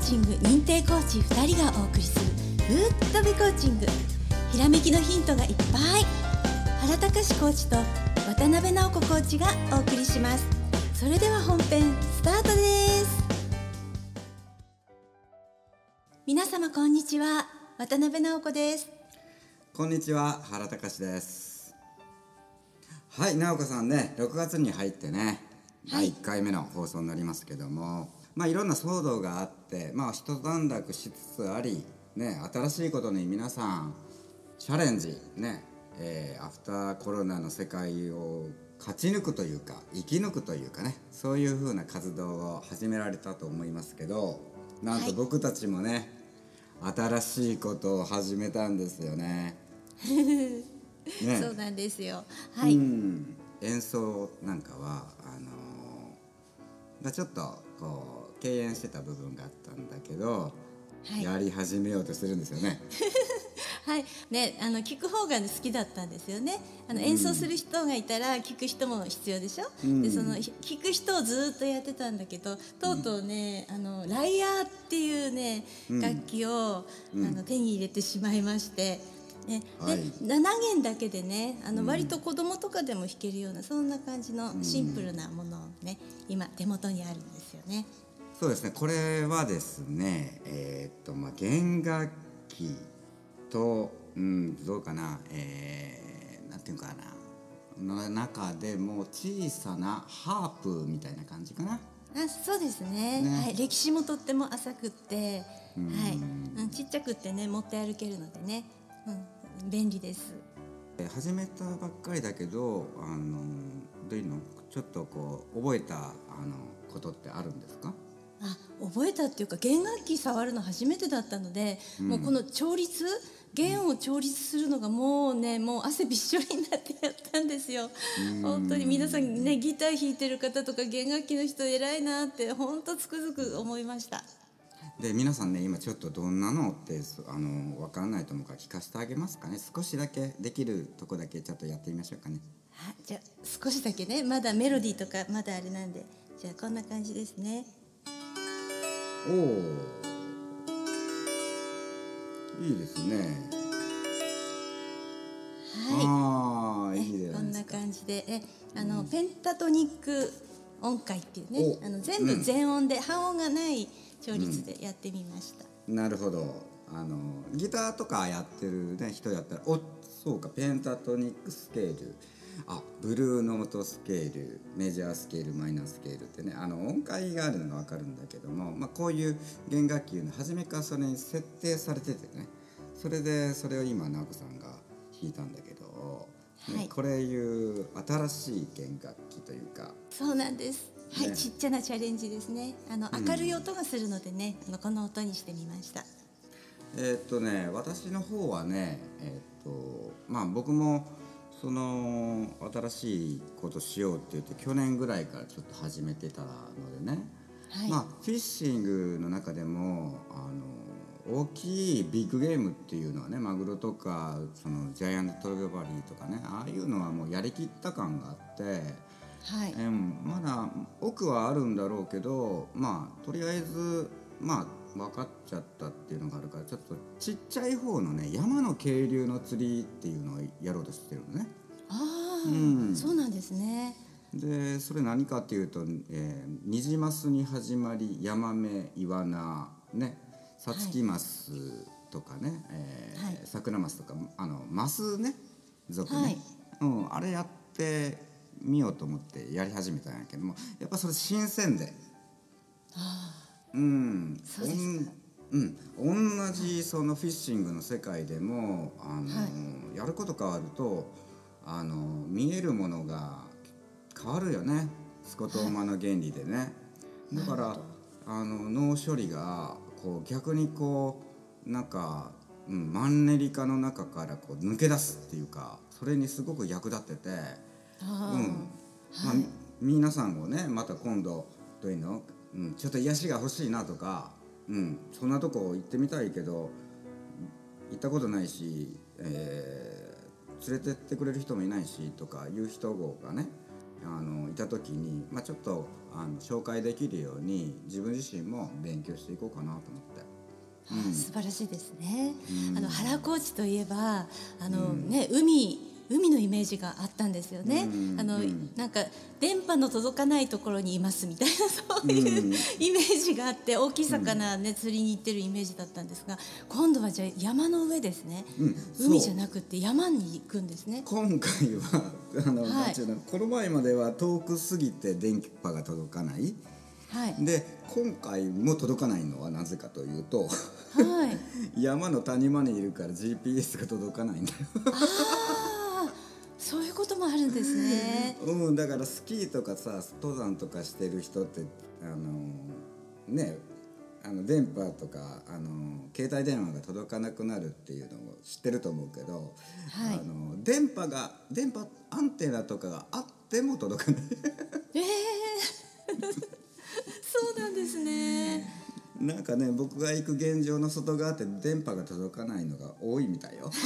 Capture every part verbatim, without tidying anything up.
チング認定コーチふたりがお送りするぶっとびコーチング。ひらめきのヒントがいっぱい。原隆コーチと渡辺直子コーチがお送りします。それでは本編スタートです。皆様こんにちは、渡辺直子です。 こんにちは、原隆です。はい、直子さんね、ろくがつに入ってね、だいいっかいめの放送になりますけども、まあいろんな騒動があって、まあ一段落しつつあり、ね、新しいことに皆さんチャレンジね、えー、アフターコロナの世界を勝ち抜くというか生き抜くというかね、そういう風な活動を始められたと思いますけど、なんと僕たちもね、はい、新しいことを始めたんですよね。ね、 そうなんですよ。はい。うん、 演奏なんかはあのー、ちょっとこう敬遠してた部分があったんだけど、はい、やり始めようとするんですよね。 はいね、あの聞く方が、ね、好きだったんですよね。あの演奏する人がいたら聞く人も必要でしょ、うん、でその聞く人をずっとやってたんだけど、とうとうね、あのライアーっていうね、うん、楽器を、うん、あの手に入れてしまいまして、ね、で、はい、ななげんだけでね、あの割と子供とかでも弾けるような、そんな感じのシンプルなものをね、今手元にあるんですよね。 そうですね、これはですね、えー、っとまあ弦楽器と、うん、どうかな、えー、なんていうかな、の中でも小さなハープみたいな感じかな。あ、 そうです ね, ね、はい、歴史もとっても浅くって、はい、うん、ちっちゃくってね、持って歩けるのでね、うん、便利です。 始めたばっかりだけど、あのどういうのちょっとこう覚えたあのことってあるんですか？ あ、覚えたっていうか、弦楽器触るの初めてだったので、うん、もうこの調律、弦を調律するのがもうね、もう汗びっしょりになってやったんですよ。本当に皆さんね、ギター弾いてる方とか弦楽器の人偉いなって本当つくづく思いました。 で皆さんね、今ちょっとどんなのってあの分からないと思うから聞かせてあげますかね。少しだけできるとこだけちょっとやってみましょうかね。 あ、じゃあ少しだけね、まだメロディーとかまだあれなんで、じゃあこんな感じですね。 おお、いいですね。 はい、 あ、いいです。 こんな感じで、えあの、うん、ペンタトニック音階っていうね、あの全部全音で、うん、半音がない調律でやってみました。 うん、なるほど。あのギターとかやってる、ね、人やったら、お、そうか、ペンタトニックスケール、あ、ブルーノートスケール、メジャースケール、マイナースケールってね、あの音階があるのが分かるんだけども、まあ、こういう弦楽器の初めからそれに設定されててね、それでそれを今直子さんが弾いたんだけど、はい、これいう新しい弦楽器というか。 そうなんです、はい、ね、ちっちゃなチャレンジですね。あの明るい音がするのでね、うん、この音にしてみました。 えー、っとね私の方はね、えー、っとまあ僕もその新しいことしようって言って去年ぐらいからちょっと始めてたのでね、はい、まあフィッシングの中でもあの大きいビッグゲームっていうのはね、マグロとかそのジャイアントトロバリーとかね、ああいうのはもうやりきった感があって、はい、えー、まだ奥はあるんだろうけど、まあとりあえずまあ分かっちゃったっていうのがあるから、ちょっとちっちゃい方のね、山の渓流の釣りっていうのをやろうとしてるのね。 ああ、うん、そうなんですね。 でそれ何かっていうと、えー、ニジマスに始まりヤマメ、イワナね、サツキマスとかね、はい、えーはい、サクラマスとか、あのマスね、属ね、はい、うん、あれやってみようと思ってやり始めたんやけども、やっぱそれ新鮮で、 あうん、そうですか。うん、同じそのフィッシングの世界でも、あの、はい、やること変わると、あの見えるものが変わるよね、スコトーマの原理でね、はい、だからあの脳処理がこう逆にこうなんか、うん、マンネリ化の中からこう抜け出すっていうか、それにすごく役立ってて、 あ、 うん、まあ、はい、皆さんもね、また今度どういうの、うん、ちょっと癒しが欲しいなとか、うん、そんなとこ行ってみたいけど行ったことないし、えー、連れてってくれる人もいないしとかいう人がね、 あのいた時に、まあ、ちょっとあの紹介できるように自分自身も勉強していこうかなと思って。 うん、素晴らしいですね。 うん、 あの原コーチといえばあの、 うん、 ね、海海のイメージがあったんですよね。 うん、 あの、 うん、 なんか電波の届かないところにいますみたいなそういう、うん、イメージがあって大きい魚、ね、釣りに行ってるイメージだったんですが、今度はじゃあ山の上ですね、 うん、 海じゃなくて山に行くんですね。 今回はあの、 はい、 なんていうの、この前までは遠くすぎて電波が届かない、 はい、 で今回も届かないのはなぜかというと、 はい、 山の谷間にいるから ジーピーエス が届かないんだよあそういうこともあるんですね。 うん、だからスキーとかさ登山とかしてる人ってあのねあの電波とかあの携帯電話が届かなくなるっていうのを知ってると思うけど、 はい、 あの電波が電波アンテナとかがあっても届かないえーそうなんですね。 なんかね、僕が行く現状の外側って電波が届かないのが多いみたいよ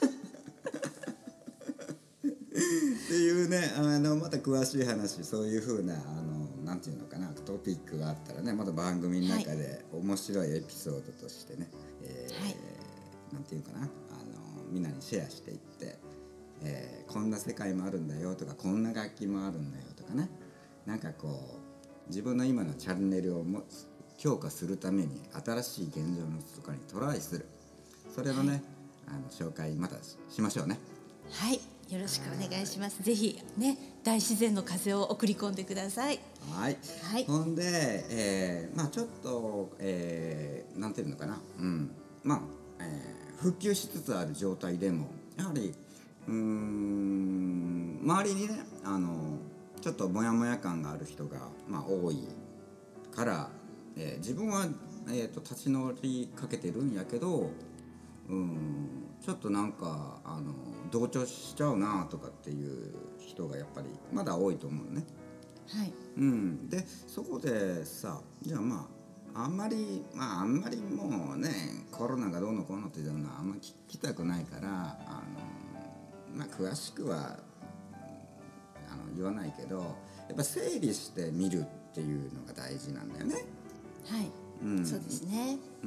っていうね、あのまた詳しい話、そういう風なあのなんていうのかなトピックがあったらね、また番組の中で面白いエピソードとしてね、えーはい、なんていうかな、あのみんなにシェアしていって、えー、こんな世界もあるんだよとか、こんな楽器もあるんだよとかね、なんかこう自分の今のチャンネルをも強化するために新しい現状のとかにトライする、それのね、はい、あの紹介またしましょうね。 はい、よろしくお願いします。ぜひね、大自然の風を送り込んでください。 はい、はい、ほんで、えー、まあちょっと、えー、なんていうのかな、うん、まあ、えー、復旧しつつある状態でもやはりうーん周りにね、あのちょっとモヤモヤ感がある人が、まあ、多いから、えー、自分は、えー、と立ち直りかけてるんやけど、うんちょっとなんかあの同調しちゃうなとかっていう人がやっぱりまだ多いと思うね。 はい、 うん、でそこでさ、じゃあまああんまりまああんまりもうねコロナがどうのこうのっていうのはあんまり聞きたくないから、あのまあ詳しくはあの言わないけど、やっぱ整理してみるっていうのが大事なんだよね。 はい、うん、そうですね。 うん、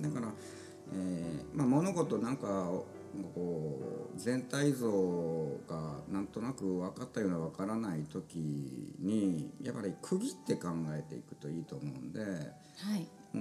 だから、えーまあ、物事なんかこう全体像がなんとなく分かったような分からない時にやっぱり区切って考えていくといいと思うんで、はい、うん、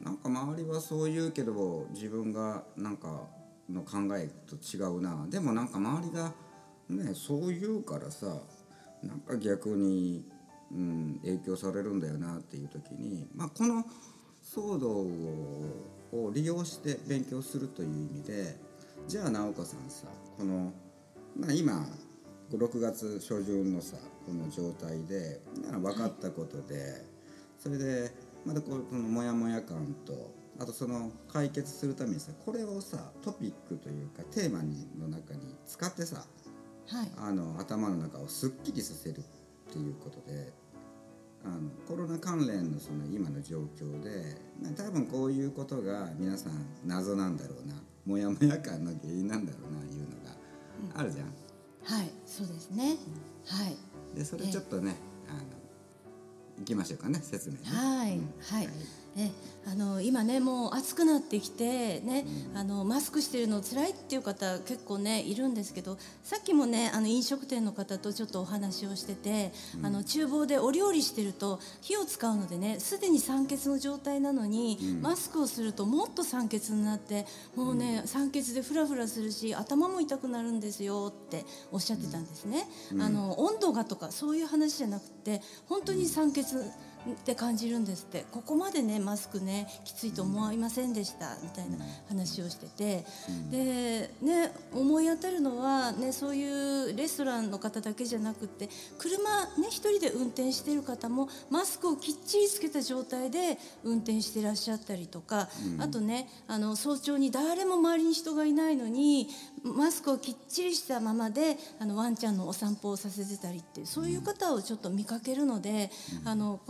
なんか周りはそう言うけど自分がなんかの考えと違うな、でもなんか周りがねそう言うからさ、なんか逆に、うん、影響されるんだよなっていう時に、まあ、この騒動を利用して勉強するという意味で、じゃあ直子さんさ、この、まあ、今ろくがつ初旬のさこの状態で分かったことで、はい、それでまたこのモヤモヤ感と、あとその解決するためにさ、これをさトピックというかテーマの中に使ってさ、はい、あの頭の中をすっきりさせるっていうことで、あのコロナ関連のその今の状況で、多分こういうことが皆さん謎なんだろうな、モヤモヤ感の原因なんだろうないうのがあるじゃん、うん、 はい、そうですね、うん、はい。 でそれちょっとね、あのいきましょうかね、説明ね。 はい、うん、はい、はい。えあの今ねもう暑くなってきてね、うん、あのマスクしてるの辛いっていう方結構ねいるんですけど、さっきもねあの飲食店の方とちょっとお話をしてて、うん、あの厨房でお料理してると火を使うのでね、すでに酸欠の状態なのに、うん、マスクをするともっと酸欠になってもうね、うん、酸欠でフラフラするし頭も痛くなるんですよっておっしゃってたんですね、うん、あの温度がとかそういう話じゃなくて本当に酸欠って感じるんですって。ここまでねマスクねきついと思いませんでしたみたいな話をしてて、うん、でね思い当たるのはね、そういうレストランの方だけじゃなくて車ね一人で運転してる方もマスクをきっちりつけた状態で運転してらっしゃったりとか、うん、あとねあの早朝に誰も周りに人がいないのにマスクをきっちりしたままであのワンちゃんのお散歩をさせてたりって、そういう方をちょっと見かけるので、うん、あのこの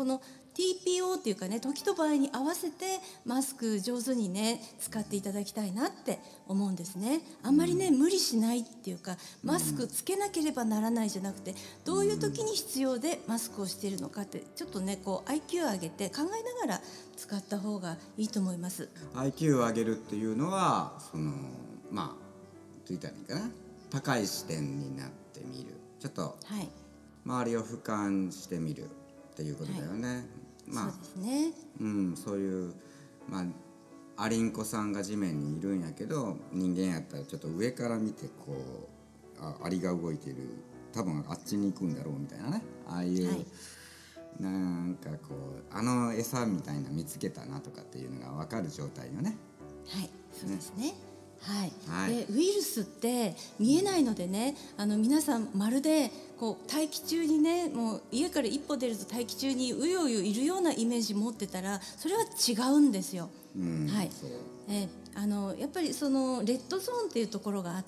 ティーピーオー っていうかね、時と場合に合わせてマスク上手にね使っていただきたいなって思うんですね。あんまりね、うん、無理しないっていうか、マスクつけなければならないじゃなくて、どういう時に必要でマスクをしているのかってちょっとねこう アイキュー 上げて考えながら使った方がいいと思います。 アイキュー を上げるっていうのはそのまあどう言ったらいいかな、高い視点になってみる、ちょっと周りを俯瞰してみるっていうことだよね、はい、まあ、 そうですね、 うん、そういう、まあ、アリンコさんが地面にいるんやけど、人間やったらちょっと上から見てこう、あ、アリが動いてる、多分あっちに行くんだろうみたいなね、ああいう、はい、なんかこうあの餌みたいな見つけたなとかっていうのが分かる状態よね。 はい、そうですね。はいはい、 でウイルスって見えないのでね、あの皆さんまるでこう大気中にね、もう家から一歩出ると大気中にうようよいるようなイメージ持ってたら、それは違うんですよ。 うんはい、えあのやっぱりそのレッドゾーンっていうところがあって、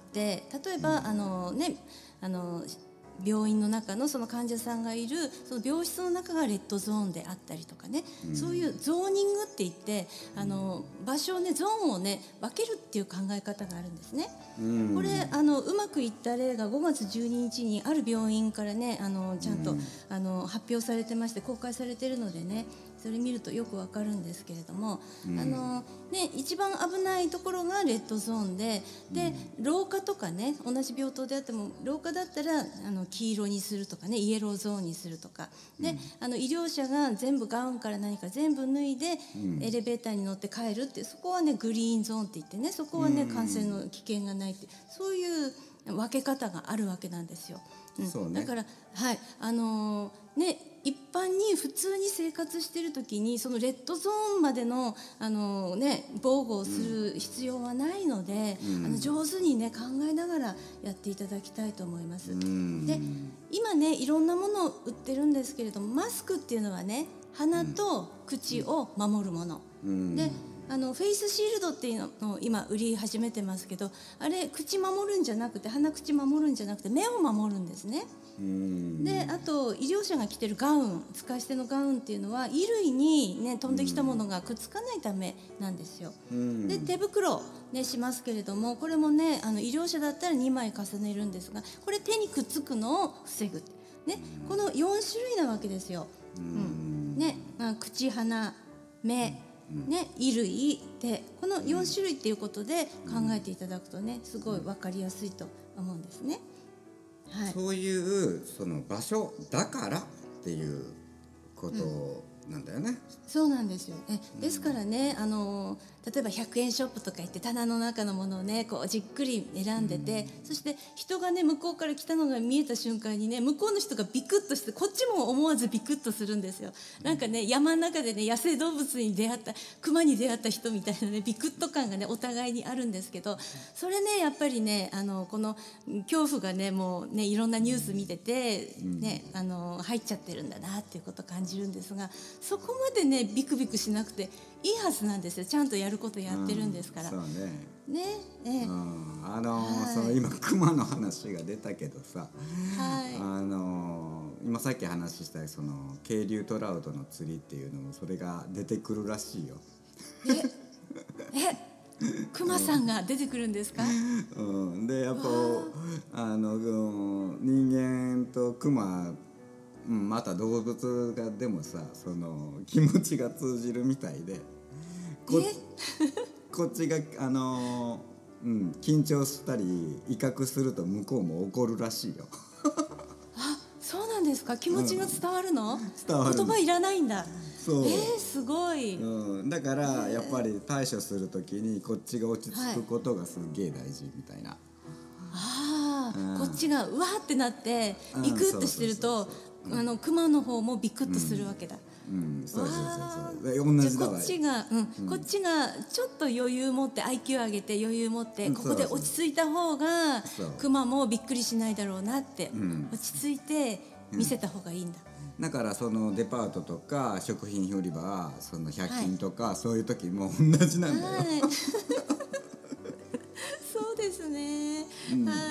例えば、うん、あのねあの病院の中のその患者さんがいるその病室の中がレッドゾーンであったりとかね、うん、そういうゾーニングって言ってあの場所をねゾーンをね分けるっていう考え方があるんですね、うん、これあのうまくいった例がごがつじゅうににちにある病院からねあのちゃんと、うん、あの発表されてまして公開されているのでね、それ見るとよくわかるんですけれども、うん、あのね、一番危ないところがレッドゾーンで、で、うん、廊下とかね、同じ病棟であっても廊下だったらあの黄色にするとかね、イエローゾーンにするとかで、うん、あの医療者が全部ガウンから何か全部脱いで、うん、エレベーターに乗って帰るって、そこはねグリーンゾーンって言ってね、そこはね、うん、感染の危険がないって、そういう分け方があるわけなんですよ。うん、そうね、だから、はい、あのー、ね一般に普通に生活している時にそのレッドゾーンまでの、あの、ね、防護をする必要はないので、うん、あの上手に、ね、考えながらやっていただきたいと思います、うん、で今ねいろんなものを売ってるんですけれども、マスクっていうのはね鼻と口を守るもの、うん、であのフェイスシールドっていうのを今売り始めてますけど、あれ口守るんじゃなくて、鼻口守るんじゃなくて目を守るんですね。であと医療者が着てるガウン、使い捨てのガウンっていうのは衣類に、ね、飛んできたものがくっつかないためなんですよ。で手袋、ね、しますけれども、これもねあの医療者だったらにまい重ねるんですが、これ手にくっつくのを防ぐ、ね、このよんしゅるいなわけですよ。うんね、口、鼻、目、ね、衣類で、このよんしゅるいっていうことで考えていただくとね、すごい分かりやすいと思うんですね。はい、そういうその場所だからっていうことなんだよね、うん、 そうなんですよ。えですからね、あの例えばひゃくえんショップとか行って棚の中のものをねこうじっくり選んでて、うん、そして人がね向こうから来たのが見えた瞬間にね、向こうの人がビクッとして、こっちも思わずビクッとするんですよ。なんかね山の中でね野生動物に出会った、熊に出会った人みたいなねビクッと感がねお互いにあるんですけど、それねやっぱりねあのこの恐怖がねもうねいろんなニュース見てて、ね、あの入っちゃってるんだなっていうことを感じるんですが、そこまでねビクビクしなくていいはずなんですよ。ちゃんとやることやってるんですから、うん、そうね、ねええ、 うん、あのーはい、その今熊の話が出たけどさ、はい、あのー、今さっき話したその渓流トラウトの釣りっていうのもそれが出てくるらしいよ。 ええ熊さんが出てくるんですか？ うん、でやっぱあの人間と熊、うん、また動物がでもさ、その気持ちが通じるみたいで、こ, こっちがあの、うん、緊張したり威嚇すると向こうも怒るらしいよ。 あ、そうなんですか？気持ちが伝わるの？うん、 伝わる。 言葉いらないんだ。 そう、 えー、すごい、 うん、だからやっぱり対処するときにこっちが落ち着くことがすげえ大事みたいな、はい、 あ、うん、こっちがうわーってなってビクッとしてると、あの熊の方もビクッとするわけだ。 うんうん、そうそうそうそう、同じだわ。 こっちが、うんうん、こっちがちょっと余裕持って アイキュー 上げて余裕持って、ここで落ち着いた方が熊もびっくりしないだろうなって、うん、落ち着いて見せた方がいいんだ。 だからそのデパートとか食品売り場、そのひゃく均とか、はい、そういう時も同じなんだよ。はいそうですね、うん、はいね、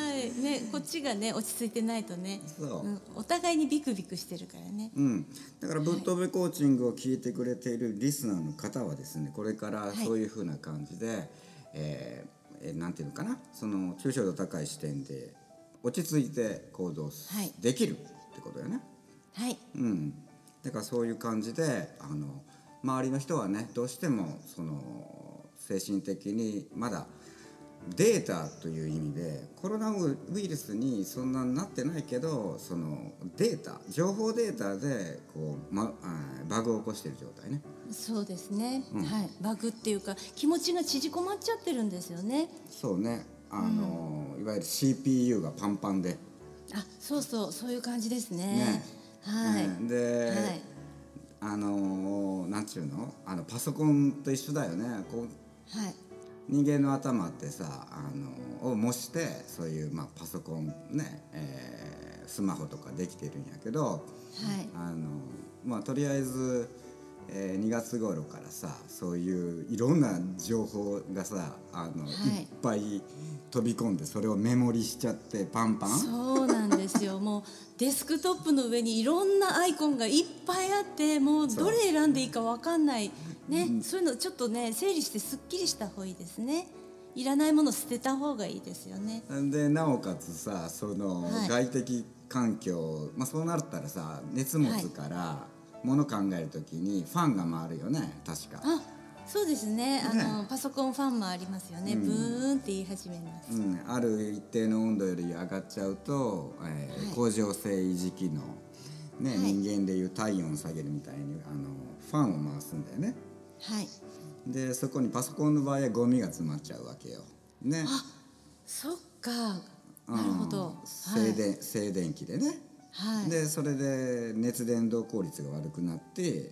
ね、こっちがね落ち着いてないとね、 そう、 うん、お互いにビクビクしてるからね。 うん、だからぶっ飛びコーチングを聞いてくれているリスナーの方はですね、これからそういうふうな感じで、はい、えーえー、なんていうのかな、その抽象度高い視点で落ち着いて行動、はい、できるってことよね。 はい、 うん、だからそういう感じで、あの周りの人はね、どうしてもその精神的にまだデータという意味でコロナウイルスにそんなになってないけど、そのデータ情報データでこう、ま、バグを起こしている状態ね。 そうですね、 うん、 はい、バグっていうか気持ちが縮こまっちゃってるんですよね。 そうね、あの、うん、いわゆる シーピーユー がパンパンで、 あ、そうそうそういう感じですね。 ね、 はい、 ね、で、はい、あのなんちゅうの、あのパソコンと一緒だよね。こう、はい、人間の頭ってさ、あのを模してそういう、まあ、パソコンね、えー、スマホとかできてるんやけど、はい、あのまあとりあえず、えー、にがつ頃からさ、そういういろんな情報がさ、あの、はい、いっぱい飛び込んで、それをメモリしちゃってパンパン。 そうなんですよ。もうデスクトップの上にいろんなアイコンがいっぱいあって、もうどれ選んでいいか分かんないね、うん、そういうのちょっとね整理してすっきりした方がいいですね。いらないもの捨てた方がいいですよね。 でなおかつさ、その、はい、外的環境、まあ、そうなったらさ、熱持つから、はい、もの考えるときにファンが回るよね、確か。 あ、そうですね、あの、ね、パソコンファンもありますよね、うん、ブーンって言い始めます、 うん、ある一定の温度より上がっちゃうと、えーはい、恒常性維持機能、ね、はい、人間でいう体温下げるみたいにあのファンを回すんだよね。はい、でそこにパソコンの場合はゴミが詰まっちゃうわけよ、ね、 あ、そっか、なるほど、 静電、はい、静電気でね、はい、でそれで熱伝導効率が悪くなって、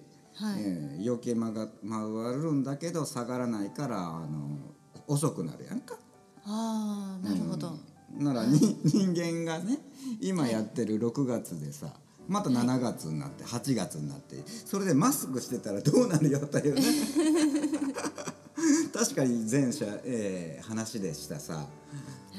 はい、えー、余計間が回るんだけど下がらないから、あの遅くなるやんか。 ああ、なるほど、 うん、ならに、はい、人間がね今やってるろくがつでさ、またしちがつになってはちがつになって、それでマスクしてたらどうなるよというね確かに前者、えー、話でしたさ、はい、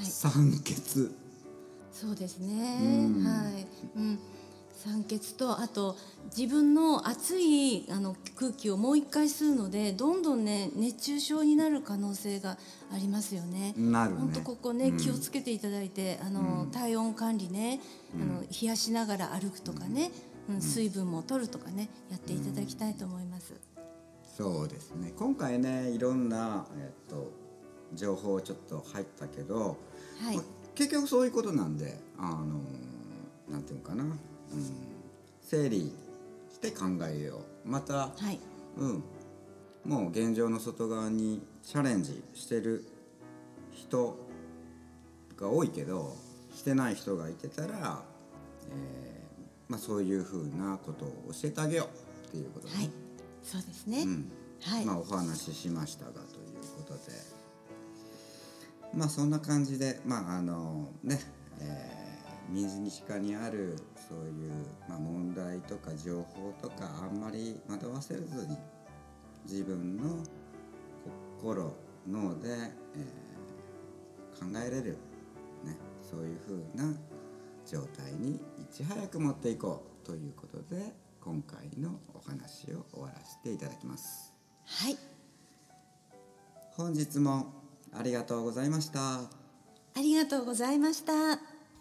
酸欠。 そうですね、うん、はい、うん、酸欠と、あと自分の熱いあの空気をもう一回吸うので、どんどんね熱中症になる可能性がありますよね。 なるね。 本当ここね、うん、気をつけていただいて、あの、うん、体温管理ね、うん、あの冷やしながら歩くとかね、うんうん、水分も取るとかね、やっていただきたいと思います、 うん、そうですね。今回ねいろんな、えっと、情報ちょっと入ったけど、はい、ま、結局そういうことなんで、あのなんていうのかな、うん、整理して考えよう。また、はい、うん、もう現状の外側にチャレンジしてる人が多いけど、してない人がいてたら、えーまあ、そういうふうなことを教えてあげようっていうことね。はい、 そうですね、うん、はい、 まあ、お話ししましたがということで、まあそんな感じで、まああのね、えー身近にあるそういう、まあ、問題とか情報とかあんまり惑わせずに、自分の心脳で、えー、考えれる、ね、そういうふうな状態にいち早く持っていこうということで、今回のお話を終わらせていただきます。 はい、 本日もありがとうございました。 ありがとうございました。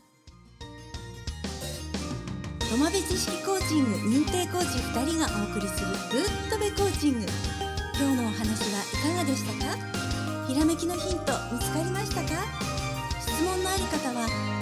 友部知識コーチング認定コーチふたりがお送りするぶっとべコーチング。今日のお話はいかがでしたか？ひらめきのヒント見つかりましたか？質問のある方は